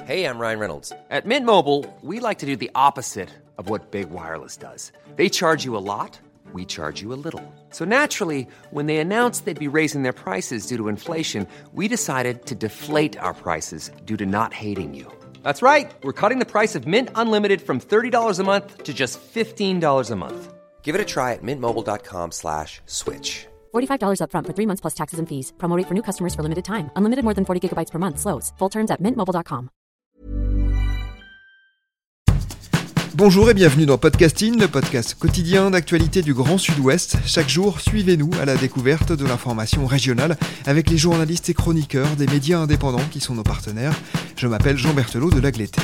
Hey, I'm Ryan Reynolds. At Mint Mobile, we like to do the opposite of what Big Wireless does. They charge you a lot, we charge you a little. So naturally, when they announced they'd be raising their prices due to inflation, we decided to deflate our prices due to not hating you. That's right. We're cutting the price of Mint Unlimited from $30 a month to just $15 a month. Give it a try at mintmobile.com/switch. $45 up front for 3 months plus taxes and fees. Promo rate for new customers for limited time. Unlimited more than 40 gigabytes per month. Slows full terms at mintmobile.com. Bonjour et bienvenue dans Podcasting, le podcast quotidien d'actualité du Grand Sud-Ouest. Chaque jour, suivez-nous à la découverte de l'information régionale avec les journalistes et chroniqueurs des médias indépendants qui sont nos partenaires. Je m'appelle Jean Berthelot de Lagleté.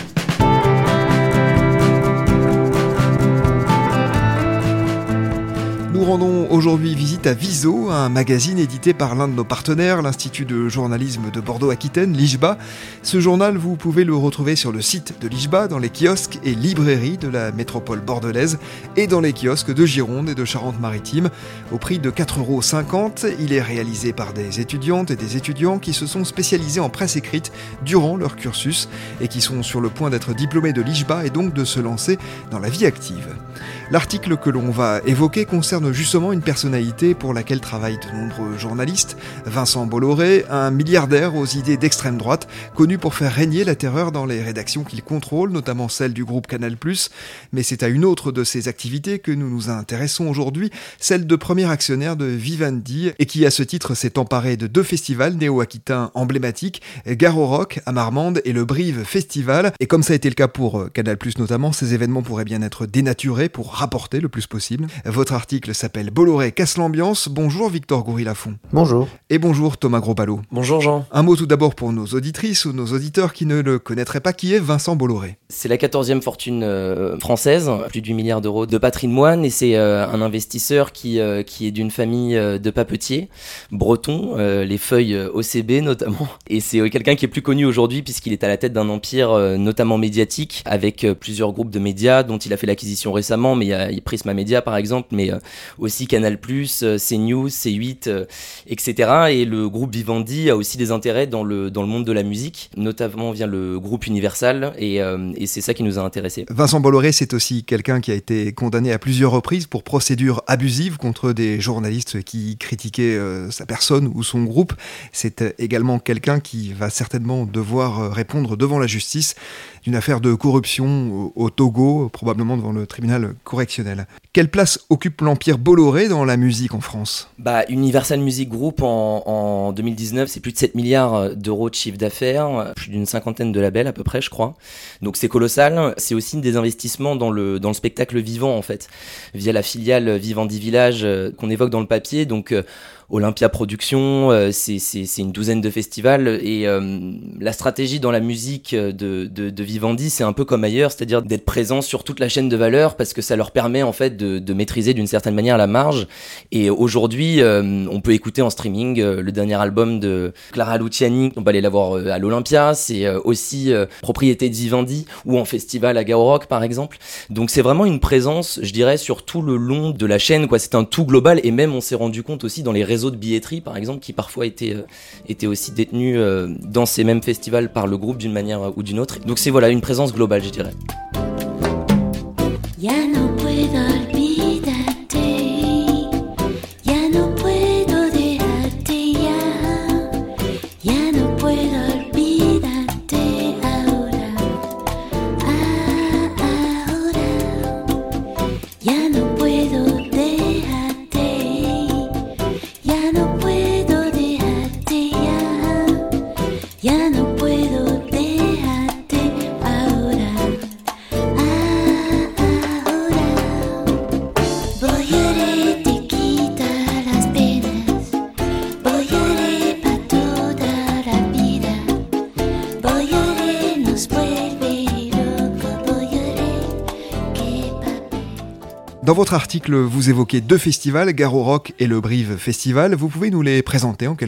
Nous rendons aujourd'hui visite à Viso, un magazine édité par l'un de nos partenaires, l'Institut de journalisme de Bordeaux-Aquitaine, l'IJBA. Ce journal, vous pouvez le retrouver sur le site de l'IJBA, dans les kiosques et librairies de la métropole bordelaise et dans les kiosques de Gironde et de Charente-Maritime. Au prix de 4,50 €, il est réalisé par des étudiantes et des étudiants qui se sont spécialisés en presse écrite durant leur cursus et qui sont sur le point d'être diplômés de l'IJBA et donc de se lancer dans la vie active. L'article que l'on va évoquer concerne justement une personnalité pour laquelle travaillent de nombreux journalistes, Vincent Bolloré, un milliardaire aux idées d'extrême droite, connu pour faire régner la terreur dans les rédactions qu'il contrôle, notamment celle du groupe Canal+. Mais c'est à une autre de ses activités que nous nous intéressons aujourd'hui, celle de premier actionnaire de Vivendi, et qui à ce titre s'est emparé de 2 festivals néo-aquitains emblématiques, Garo Rock à Marmande et le Brive Festival. Et comme ça a été le cas pour Canal+, notamment, ces événements pourraient bien être dénaturés pour rapporter le plus possible. Votre article s'appelle Bolloré casse l'ambiance. Bonjour Victor Goury-Lafont. Bonjour. Et bonjour Thomas Grosballot. Bonjour Jean. Un mot tout d'abord pour nos auditrices ou nos auditeurs qui ne le connaîtraient pas. Qui est Vincent Bolloré ? C'est la 14e fortune française, plus de 8 milliards d'euros de patrimoine, et c'est un investisseur qui est d'une famille de papetiers bretons, les feuilles OCB notamment. Et c'est quelqu'un qui est plus connu aujourd'hui puisqu'il est à la tête d'un empire notamment médiatique avec plusieurs groupes de médias dont il a fait l'acquisition récemment, mais il y a Prisma Media par exemple, mais aussi Canal+, CNews, C8, etc. Et le groupe Vivendi a aussi des intérêts dans le monde de la musique, notamment via le groupe Universal, et c'est ça qui nous a intéressés. Vincent Bolloré, c'est aussi quelqu'un qui a été condamné à plusieurs reprises pour procédure abusive contre des journalistes qui critiquaient sa personne ou son groupe. C'est également quelqu'un qui va certainement devoir répondre devant la justice d'une affaire de corruption au Togo, probablement devant le tribunal correctionnel. Quelle place occupe l'empire Bolloré dans la musique en France ? Universal Music Group en 2019, c'est plus de 7 milliards d'euros de chiffre d'affaires, plus d'une 50aine de labels à peu près, je crois. Donc c'est colossal. C'est aussi des investissements dans le spectacle vivant en fait, via la filiale Vivendi Village qu'on évoque dans le papier. Donc Olympia Productions, c'est une douzaine de festivals, et la stratégie dans la musique de Vivendi, c'est un peu comme ailleurs, c'est-à-dire d'être présent sur toute la chaîne de valeur parce que ça leur permet en fait de maîtriser d'une certaine manière la marge. Et aujourd'hui, on peut écouter en streaming le dernier album de Clara Luciani, on va aller la voir à l'Olympia, c'est aussi propriété de Vivendi, ou en festival à Garo Rock par exemple. Donc c'est vraiment une présence, je dirais, sur tout le long de la chaîne, quoi. C'est un tout global, et même on s'est rendu compte aussi dans les réseaux de billetterie par exemple qui parfois étaient aussi détenus dans ces mêmes festivals par le groupe d'une manière ou d'une autre. Donc c'est une présence globale, je dirais. Dans votre article, vous évoquez 2 festivals, Garo Rock et le Brive Festival. Vous pouvez nous les présenter en quelques mots ?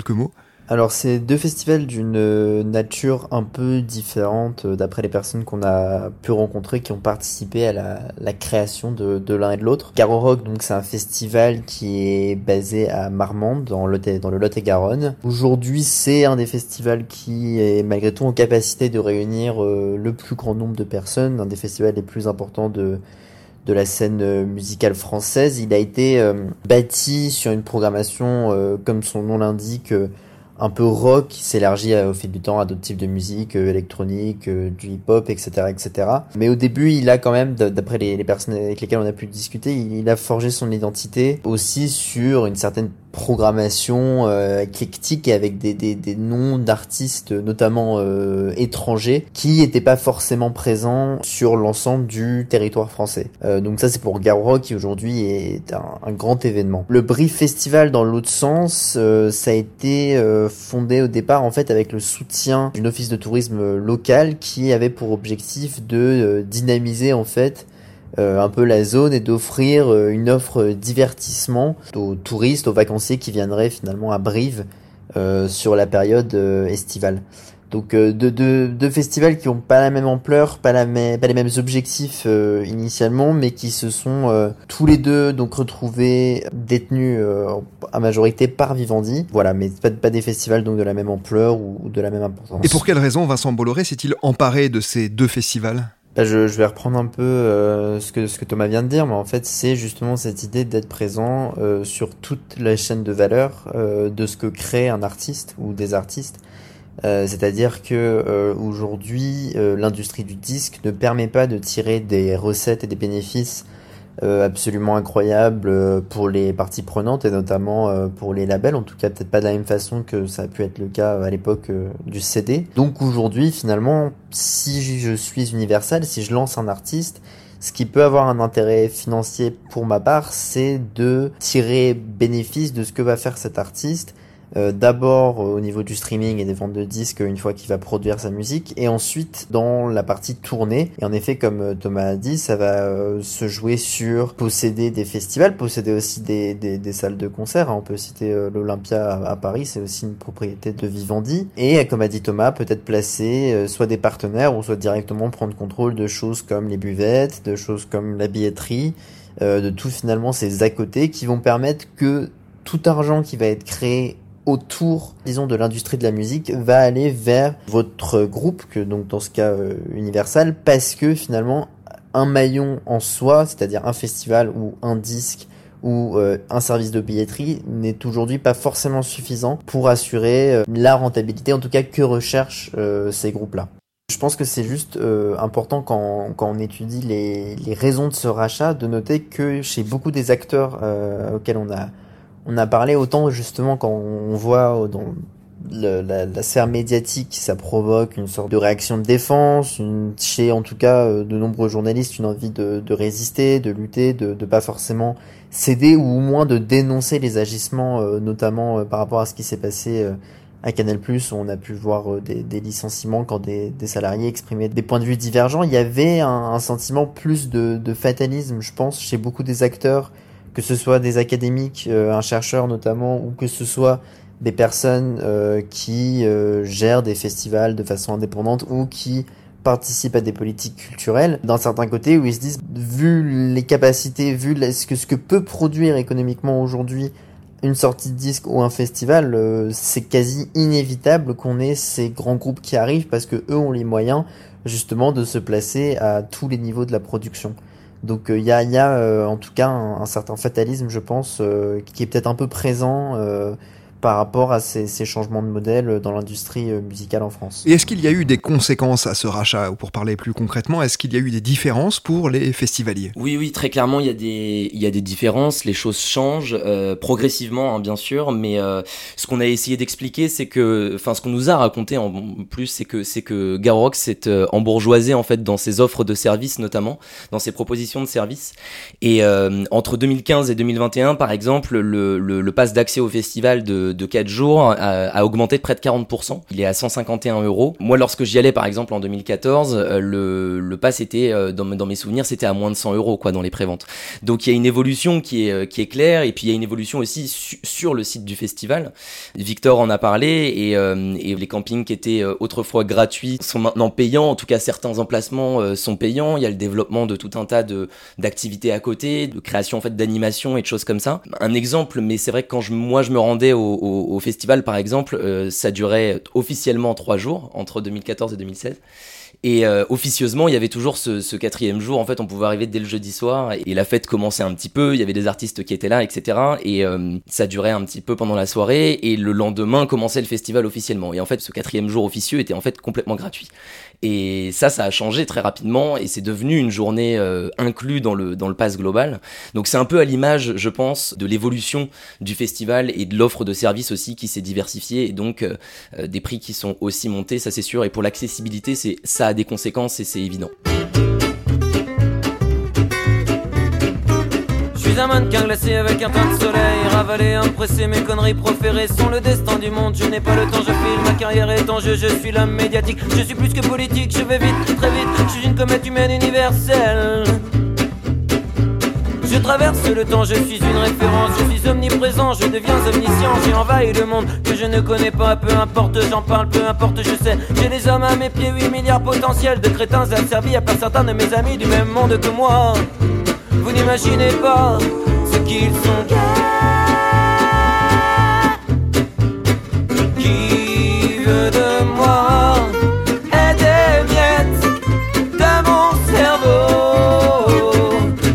Alors c'est deux festivals d'une nature un peu différente d'après les personnes qu'on a pu rencontrer qui ont participé à la création de l'un et de l'autre. Garo Rock, donc c'est un festival qui est basé à Marmande dans le Lot-et-Garonne. Aujourd'hui c'est un des festivals qui est malgré tout en capacité de réunir le plus grand nombre de personnes, un des festivals les plus importants de la scène musicale française. Il a été bâti sur une programmation comme son nom l'indique, un peu rock, qui s'élargit au fil du temps à d'autres types de musique, électronique, du hip-hop, etc., etc. Mais au début, il a quand même, d'après les personnes avec lesquelles on a pu discuter, il a forgé son identité aussi sur une certaine programmation éclectique et avec des noms d'artistes, notamment étrangers, qui n'étaient pas forcément présents sur l'ensemble du territoire français. Donc ça, c'est pour Garo Rock, qui aujourd'hui est un grand événement. Le Brief Festival, dans l'autre sens, ça a été fondé au départ en fait avec le soutien d'une office de tourisme local qui avait pour objectif de dynamiser en fait un peu la zone et d'offrir une offre divertissement aux touristes, aux vacanciers qui viendraient finalement à Brive sur la période estivale. Donc deux festivals qui ont pas la même ampleur, pas les mêmes objectifs initialement, mais qui se sont tous les deux donc retrouvés détenus à majorité par Vivendi. Voilà, mais pas des festivals donc de la même ampleur ou de la même importance. Et pour quelle raison Vincent Bolloré s'est-il emparé de ces deux festivals ? Je vais reprendre un peu ce que Thomas vient de dire, mais en fait c'est justement cette idée d'être présent sur toute la chaîne de valeur de ce que crée un artiste ou des artistes. C'est-à-dire que aujourd'hui l'industrie du disque ne permet pas de tirer des recettes et des bénéfices absolument incroyables pour les parties prenantes et notamment pour les labels, en tout cas peut-être pas de la même façon que ça a pu être le cas à l'époque du CD. Donc aujourd'hui finalement, si je suis Universal, si je lance un artiste, ce qui peut avoir un intérêt financier pour ma part, c'est de tirer bénéfice de ce que va faire cet artiste. D'abord au niveau du streaming et des ventes de disques une fois qu'il va produire sa musique, et ensuite dans la partie tournée. Et en effet, comme Thomas a dit, ça va se jouer sur posséder des festivals, posséder aussi des salles de concert. On peut citer l'Olympia à Paris, c'est aussi une propriété de Vivendi. Et comme a dit Thomas, peut-être placer soit des partenaires ou soit directement prendre contrôle de choses comme les buvettes, de choses comme la billetterie, de tout finalement ces à côté qui vont permettre que tout argent qui va être créé autour, disons, de l'industrie de la musique va aller vers votre groupe, que donc dans ce cas Universal, parce que finalement un maillon en soi, c'est-à-dire un festival ou un disque ou un service de billetterie n'est aujourd'hui pas forcément suffisant pour assurer la rentabilité, en tout cas que recherchent ces groupes-là. Je pense que c'est juste important quand on étudie les raisons de ce rachat, de noter que chez beaucoup des acteurs auxquels on a parlé, autant justement quand on voit dans la sphère médiatique, ça provoque une sorte de réaction de défense, chez en tout cas de nombreux journalistes, une envie de résister, de lutter, de pas forcément céder ou au moins de dénoncer les agissements, notamment par rapport à ce qui s'est passé à Canal+, où on a pu voir des licenciements quand des salariés exprimaient des points de vue divergents. Il y avait un sentiment plus de fatalisme, je pense, chez beaucoup des acteurs, que ce soit des académiques, un chercheur notamment, ou que ce soit des personnes qui gèrent des festivals de façon indépendante ou qui participent à des politiques culturelles, d'un certain côté, où ils se disent, vu les capacités, vu ce que peut produire économiquement aujourd'hui une sortie de disque ou un festival, c'est quasi inévitable qu'on ait ces grands groupes qui arrivent parce que eux ont les moyens justement de se placer à tous les niveaux de la production. Donc il y a en tout cas un certain fatalisme, je pense, qui est peut-être un peu présent par rapport à ces changements de modèle dans l'industrie musicale en France. Et est-ce qu'il y a eu des conséquences à ce rachat, ou pour parler plus concrètement, est-ce qu'il y a eu des différences pour les festivaliers ? Oui, très clairement, il y a des différences, les choses changent progressivement, hein, bien sûr, mais ce qu'on a essayé d'expliquer, c'est que, enfin, ce qu'on nous a raconté en plus, c'est que Garo Rock s'est embourgeoisé en fait dans ses offres de services, notamment dans ses propositions de services. Et entre 2015 et 2021, par exemple, le pass d'accès au festival de de 4 jours a augmenté de près de 40%. Il est à 151 €. Moi, lorsque j'y allais, par exemple, en 2014, le pass était, dans mes souvenirs, c'était à moins de 100 € quoi, dans les préventes. Donc, il y a une évolution qui est claire, et puis il y a une évolution aussi sur le site du festival. Victor en a parlé, et les campings qui étaient autrefois gratuits sont maintenant payants. En tout cas, certains emplacements sont payants. Il y a le développement de tout un tas d'activités à côté, de création en fait d'animation et de choses comme ça. Un exemple, mais c'est vrai que quand je me rendais au festival par exemple, ça durait officiellement 3 jours entre 2014 et 2016. Et officieusement, il y avait toujours ce 4e jour. En fait, on pouvait arriver dès le jeudi soir et la fête commençait un petit peu. Il y avait des artistes qui étaient là, etc. Et ça durait un petit peu pendant la soirée. Et le lendemain commençait le festival officiellement. Et en fait, ce 4e jour officieux était en fait complètement gratuit. Et ça a changé très rapidement et c'est devenu une journée inclue dans le pass global. Donc c'est un peu à l'image, je pense, de l'évolution du festival et de l'offre de services aussi qui s'est diversifiée et donc des prix qui sont aussi montés, ça c'est sûr. Et pour l'accessibilité, ça a des conséquences et c'est évident. Je suis un mannequin glacé avec un teint de soleil, ravalé, impressé, mes conneries proférées sont le destin du monde. Je n'ai pas le temps, je file, ma carrière est en jeu, je suis l'homme médiatique. Je suis plus que politique, je vais vite, très vite, je suis une comète humaine universelle. Je traverse le temps, je suis une référence, je suis omniprésent, je deviens omniscient. J'ai envahi le monde que je ne connais pas, peu importe, j'en parle, peu importe, je sais. J'ai les hommes à mes pieds, 8 milliards potentiels de crétins asservis, à part certains de mes amis du même monde que moi. Vous n'imaginez pas ce qu'ils sont gais. Qui veut de moi et des miettes de mon cerveau.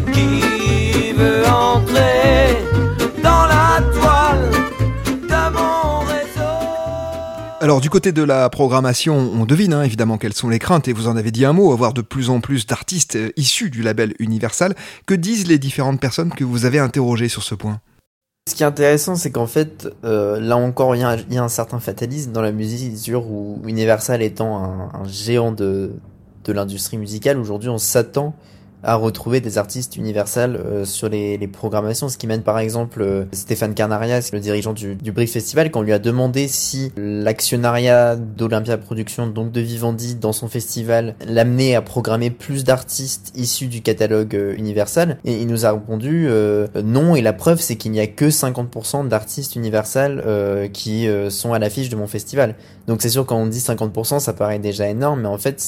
Qui veut entrer dans la toile de mon réseau. Alors du côté de la programmation, on devine évidemment quelles sont les craintes, et vous en avez dit un mot, avoir de plus en plus d'artistes issus du label Universal. Que disent les différentes personnes que vous avez interrogées sur ce point ? Ce qui est intéressant, c'est qu'en fait, là encore, il y a un certain fatalisme dans la mesure où Universal étant un géant de l'industrie musicale, aujourd'hui on s'attend à retrouver des artistes Universal sur les programmations, ce qui mène par exemple Stéphane Carnarias, le dirigeant du Brief Festival, quand on lui a demandé si l'actionnariat d'Olympia Productions, donc de Vivendi, dans son festival, l'amenait à programmer plus d'artistes issus du catalogue Universal, et il nous a répondu non, et la preuve c'est qu'il n'y a que 50% d'artistes Universal qui sont à l'affiche de mon festival. Donc c'est sûr, quand on dit 50%, ça paraît déjà énorme, mais en fait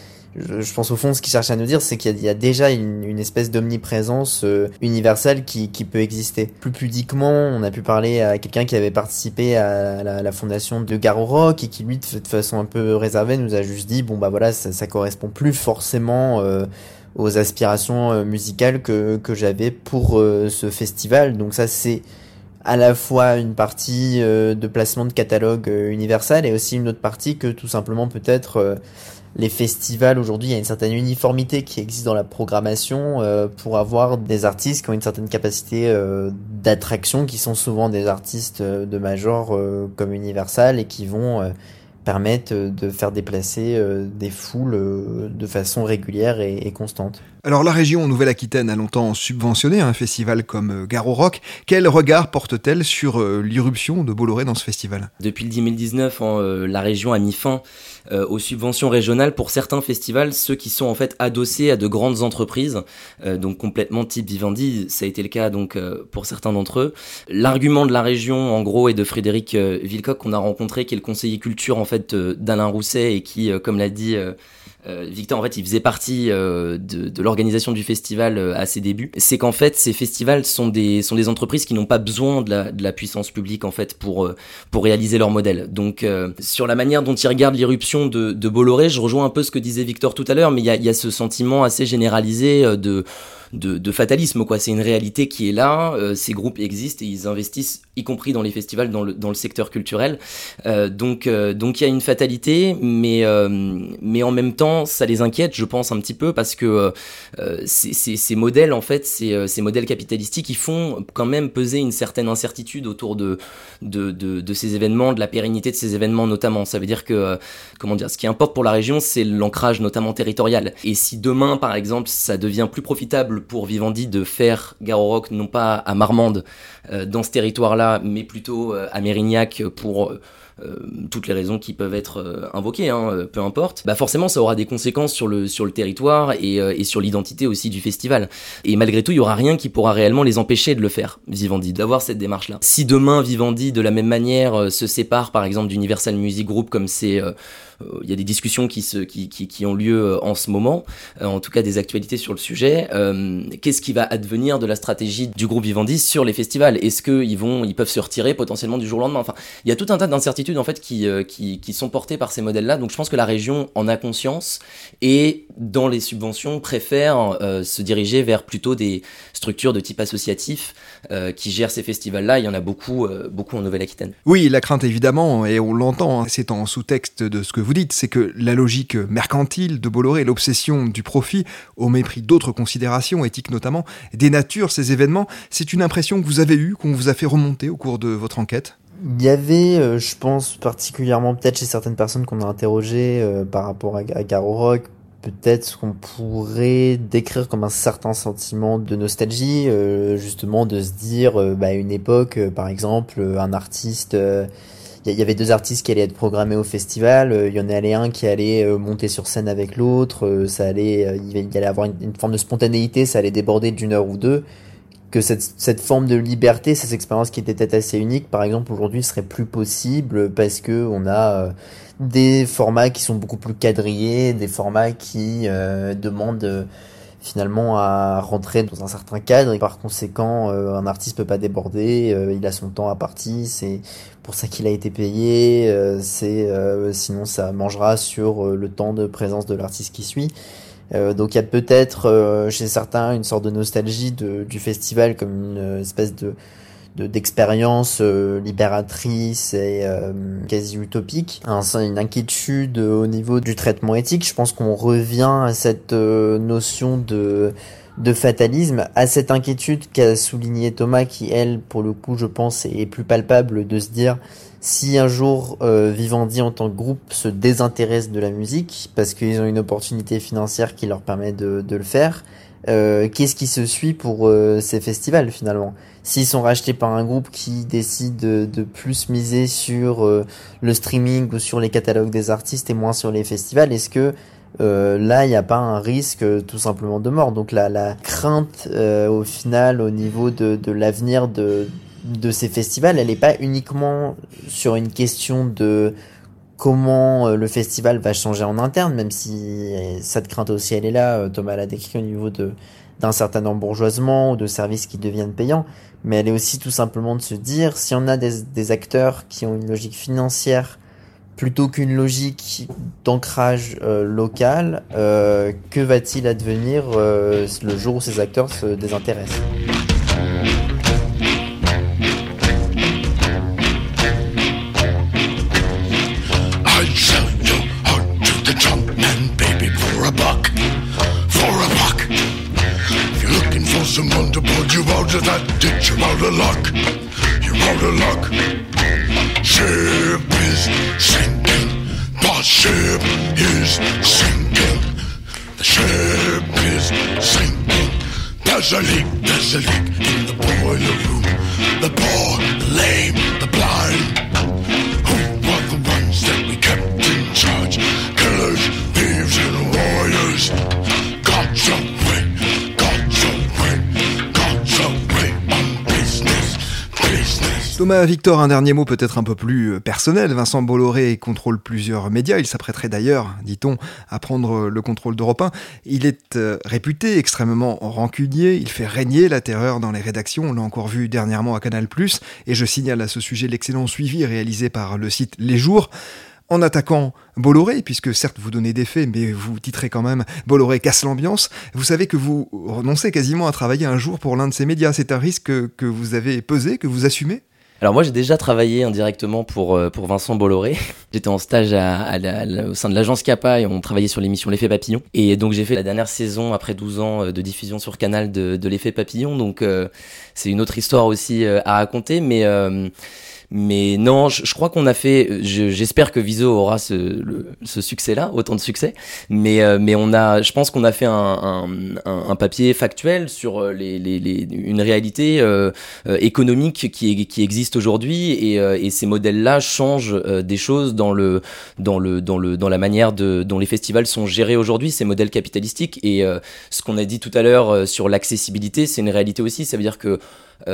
je pense au fond ce qu'il cherche à nous dire, c'est qu'il y a déjà une espèce d'omniprésence universelle qui peut exister. Plus pudiquement, on a pu parler à quelqu'un qui avait participé à la fondation de Garo Rock et qui lui, de façon un peu réservée, nous a juste dit bon bah voilà, ça correspond plus forcément aux aspirations musicales que j'avais pour ce festival. Donc ça c'est à la fois une partie de placement de catalogue Universal et aussi une autre partie que tout simplement peut-être les festivals aujourd'hui, il y a une certaine uniformité qui existe dans la programmation pour avoir des artistes qui ont une certaine capacité d'attraction, qui sont souvent des artistes de major comme Universal et qui vont permettre de faire déplacer des foules de façon régulière et constante. Alors la région Nouvelle-Aquitaine a longtemps subventionné un festival comme Garo Rock. Quel regard porte-t-elle sur l'irruption de Bolloré dans ce festival ? Depuis le 2019, la région a mis fin aux subventions régionales pour certains festivals, ceux qui sont en fait adossés à de grandes entreprises, donc complètement type Vivendi, ça a été le cas donc pour certains d'entre eux. L'argument de la région, en gros, est de Frédéric Villecoq, qu'on a rencontré, qui est le conseiller culture en fait d'Alain Rousset et qui, comme l'a dit Victor, en fait, il faisait partie de l'organisation du festival à ses débuts. C'est qu'en fait, ces festivals sont des entreprises qui n'ont pas besoin de la puissance publique en fait pour réaliser leur modèle. Donc, sur la manière dont ils regardent l'irruption de Bolloré, je rejoins un peu ce que disait Victor tout à l'heure, mais il y a ce sentiment assez généralisé de fatalisme, quoi. C'est une réalité qui est là, ces groupes existent et ils investissent, y compris dans les festivals, dans le secteur culturel. Donc il y a une fatalité, mais en même temps, ça les inquiète, je pense, un petit peu, parce que ces modèles, en fait, ces modèles capitalistiques, ils font quand même peser une certaine incertitude autour de ces événements, de la pérennité de ces événements notamment. Ça veut dire que, ce qui importe pour la région, c'est l'ancrage notamment territorial. Et si demain, par exemple, ça devient plus profitable pour Vivendi de faire Garo Rock non pas à Marmande, dans ce territoire-là, mais plutôt à Mérignac pour toutes les raisons qui peuvent être invoquées, peu importe, bah forcément ça aura des conséquences sur le territoire et sur l'identité aussi du festival. Et malgré tout, il y aura rien qui pourra réellement les empêcher de le faire, Vivendi, d'avoir cette démarche-là. Si demain Vivendi, de la même manière, se sépare par exemple d'Universal Music Group, comme c'est il y a des discussions qui ont lieu en ce moment, en tout cas des actualités sur le sujet. Qu'est-ce qui va advenir de la stratégie du groupe Vivendi sur les festivals ? Est-ce qu'ils peuvent se retirer potentiellement du jour au lendemain ? Enfin, il y a tout un tas d'incertitudes en fait qui sont portées par ces modèles-là. Donc je pense que la région en a conscience et dans les subventions préfère se diriger vers plutôt des structures de type associatif qui gèrent ces festivals-là. Il y en a beaucoup en Nouvelle-Aquitaine. Oui, la crainte évidemment, et on l'entend, c'est en sous-texte de ce que vous dites, c'est que la logique mercantile de Bolloré, l'obsession du profit, au mépris d'autres considérations, éthiques notamment, dénature ces événements. C'est une impression que vous avez eue, qu'on vous a fait remonter au cours de votre enquête ? Il y avait, je pense particulièrement peut-être chez certaines personnes qu'on a interrogées par rapport à Garo Rock, peut-être ce qu'on pourrait décrire comme un certain sentiment de nostalgie, justement de se dire, à une époque, par exemple, un artiste... Il y avait 2 artistes qui allaient être programmés au festival, il y en avait un qui allait monter sur scène avec l'autre, il allait avoir une forme de spontanéité, ça allait déborder d'1 heure ou 2, que cette forme de liberté, cette expérience qui était peut-être assez unique, par exemple aujourd'hui serait plus possible parce que on a des formats qui sont beaucoup plus quadrillés, des formats qui demandent finalement à rentrer dans un certain cadre et par conséquent un artiste peut pas déborder, il a son temps à partie, c'est pour ça qu'il a été payé, sinon ça mangera sur le temps de présence de l'artiste qui suit. Donc il y a peut-être chez certains une sorte de nostalgie du festival comme une espèce d'expérience libératrice et quasi utopique, une inquiétude au niveau du traitement éthique. Je pense qu'on revient à cette notion de fatalisme, à cette inquiétude qu'a souligné Thomas, qui elle, pour le coup, je pense, est plus palpable, de se dire si un jour Vivendi en tant que groupe se désintéresse de la musique parce qu'ils ont une opportunité financière qui leur permet de le faire, qu'est-ce qui se suit pour ces festivals finalement? S'ils sont rachetés par un groupe qui décide de plus miser sur le streaming ou sur les catalogues des artistes et moins sur les festivals, est-ce que là il n'y a pas un risque tout simplement de mort? Donc la crainte au final au niveau de l'avenir de ces festivals, elle n'est pas uniquement sur une question de comment le festival va changer en interne, même si cette crainte aussi elle est là, Thomas l'a décrit, au niveau d'un certain embourgeoisement ou de services qui deviennent payants, mais elle est aussi tout simplement de se dire, si on a des acteurs qui ont une logique financière plutôt qu'une logique d'ancrage local, que va-t-il advenir le jour où ces acteurs se désintéressent? Someone to pull you out of that ditch, you're out of luck. You're out of luck. Ship is sinking. The ship is sinking. The ship is sinking. There's a leak in the boiler room. The poor, the lame, the blind. Who were the ones that we kept in charge? Killers, thieves and warriors. God's away. Thomas, Victor, un dernier mot peut-être un peu plus personnel. Vincent Bolloré contrôle plusieurs médias. Il s'apprêterait d'ailleurs, dit-on, à prendre le contrôle d'Europe 1. Il est réputé extrêmement rancunier. Il fait régner la terreur dans les rédactions. On l'a encore vu dernièrement à Canal+. Et je signale à ce sujet l'excellent suivi réalisé par le site Les Jours. En attaquant Bolloré, puisque certes vous donnez des faits, mais vous titrez quand même « Bolloré casse l'ambiance », vous savez que vous renoncez quasiment à travailler un jour pour l'un de ces médias. C'est un risque que vous avez pesé, que vous assumez ? Alors moi j'ai déjà travaillé indirectement pour Vincent Bolloré. J'étais en stage au sein de l'agence Capa et on travaillait sur l'émission L'Effet Papillon. Et donc j'ai fait la dernière saison après 12 ans de diffusion sur Canal de L'Effet Papillon. Donc c'est une autre histoire aussi à raconter, mais Mais non, je crois qu'on a fait. J'espère que Viso aura ce succès-là, autant de succès. Mais je pense qu'on a fait un papier factuel sur une réalité économique qui existe aujourd'hui, et ces modèles-là changent des choses dans la manière dont les festivals sont gérés aujourd'hui, ces modèles capitalistiques. Et ce qu'on a dit tout à l'heure sur l'accessibilité, c'est une réalité aussi. Ça veut dire que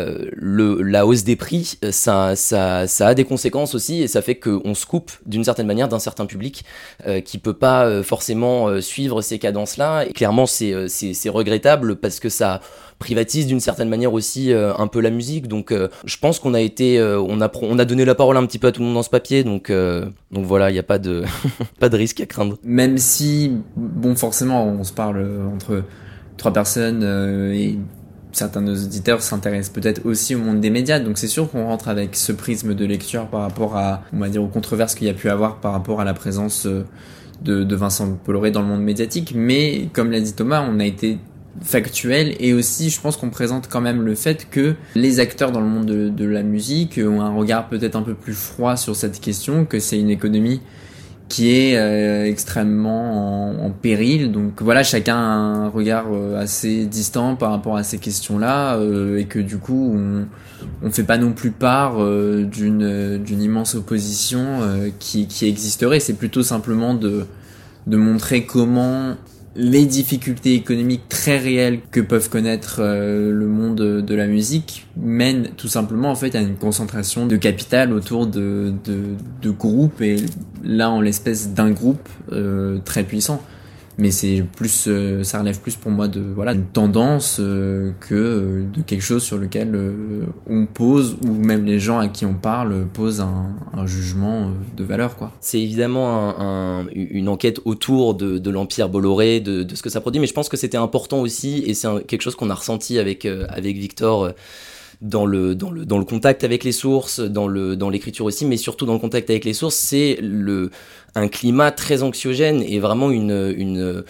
la hausse des prix, ça a des conséquences aussi, et ça fait qu'on se coupe d'une certaine manière d'un certain public qui peut pas forcément suivre ces cadences-là. Et clairement, c'est regrettable parce que ça privatise d'une certaine manière aussi un peu la musique. Donc je pense qu'on a été, on a donné la parole un petit peu à tout le monde dans ce papier. Donc voilà, il y a pas de pas de risque à craindre. Même si bon, forcément, on se parle entre 3 personnes et certains de nos auditeurs s'intéressent peut-être aussi au monde des médias, donc c'est sûr qu'on rentre avec ce prisme de lecture par rapport à, on va dire, aux controverses qu'il y a pu avoir par rapport à la présence de Vincent Bolloré dans le monde médiatique. Mais comme l'a dit Thomas, on a été factuel, et aussi je pense qu'on présente quand même le fait que les acteurs dans le monde de la musique ont un regard peut-être un peu plus froid sur cette question, que c'est une économie qui est extrêmement en péril. Donc voilà, chacun a un regard assez distant par rapport à ces questions-là, et que du coup on fait pas non plus part d'une immense opposition qui existerait. C'est plutôt simplement de montrer comment les difficultés économiques très réelles que peuvent connaître le monde de la musique mènent tout simplement en fait à une concentration de capital autour de groupes, et là en l'espèce d'un groupe très puissant. Mais c'est plus, ça relève plus pour moi de une tendance que de quelque chose sur lequel on pose, ou même les gens à qui on parle posent un jugement de valeur, quoi. C'est évidemment une enquête autour de l'empire Bolloré, de ce que ça produit, mais je pense que c'était important aussi, et c'est quelque chose qu'on a ressenti avec Victor. Dans le contact avec les sources, dans l'écriture aussi, mais surtout dans le contact avec les sources, c'est un climat très anxiogène, et vraiment un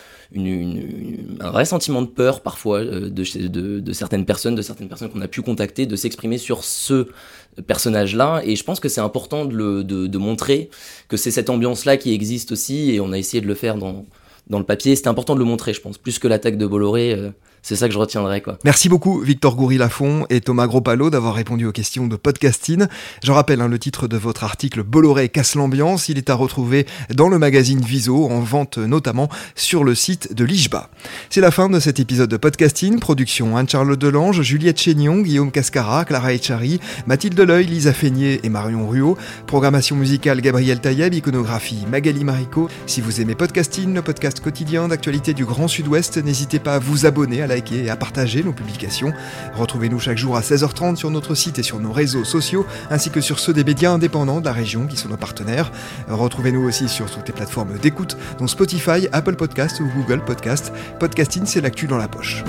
vrai sentiment de peur parfois de certaines personnes qu'on a pu contacter, de s'exprimer sur ce personnage-là. Et je pense que c'est important de montrer que c'est cette ambiance-là qui existe aussi, et on a essayé de le faire dans le papier. C'était important de le montrer, je pense, plus que l'attaque de Bolloré. C'est ça que je retiendrai, quoi. Merci beaucoup Victor Goury-Lafont et Thomas Gros-Palot d'avoir répondu aux questions de Podcasting. Je rappelle le titre de votre article, Bolloré casse l'ambiance. Il est à retrouver dans le magazine Viso, en vente notamment sur le site de l'IJBA. C'est la fin de cet épisode de Podcasting. Production Anne-Charlotte Delange, Juliette Chénion, Guillaume Cascara, Clara Etchari, Mathilde Deleuil, Lisa Feignet et Marion Ruot. Programmation musicale Gabriel Taïeb, iconographie Magali Marico. Si vous aimez Podcasting, le podcast quotidien d'actualité du Grand Sud-Ouest, n'hésitez pas à vous abonner, à liker et à partager nos publications. Retrouvez-nous chaque jour à 16h30 sur notre site et sur nos réseaux sociaux, ainsi que sur ceux des médias indépendants de la région qui sont nos partenaires. Retrouvez-nous aussi sur toutes les plateformes d'écoute, dont Spotify, Apple Podcasts ou Google Podcasts. Podcasting, c'est l'actu dans la poche.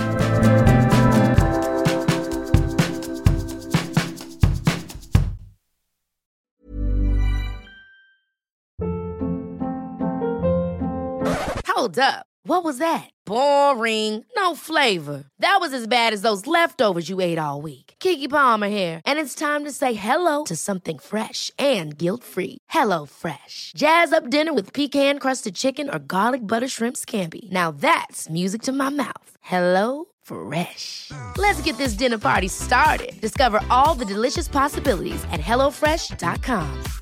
Hold up. What was that? Boring. No flavor. That was as bad as those leftovers you ate all week. Keke Palmer here. And it's time to say hello to something fresh and guilt-free. HelloFresh. Jazz up dinner with pecan-crusted chicken or garlic butter shrimp scampi. Now that's music to my mouth. HelloFresh. Let's get this dinner party started. Discover all the delicious possibilities at HelloFresh.com.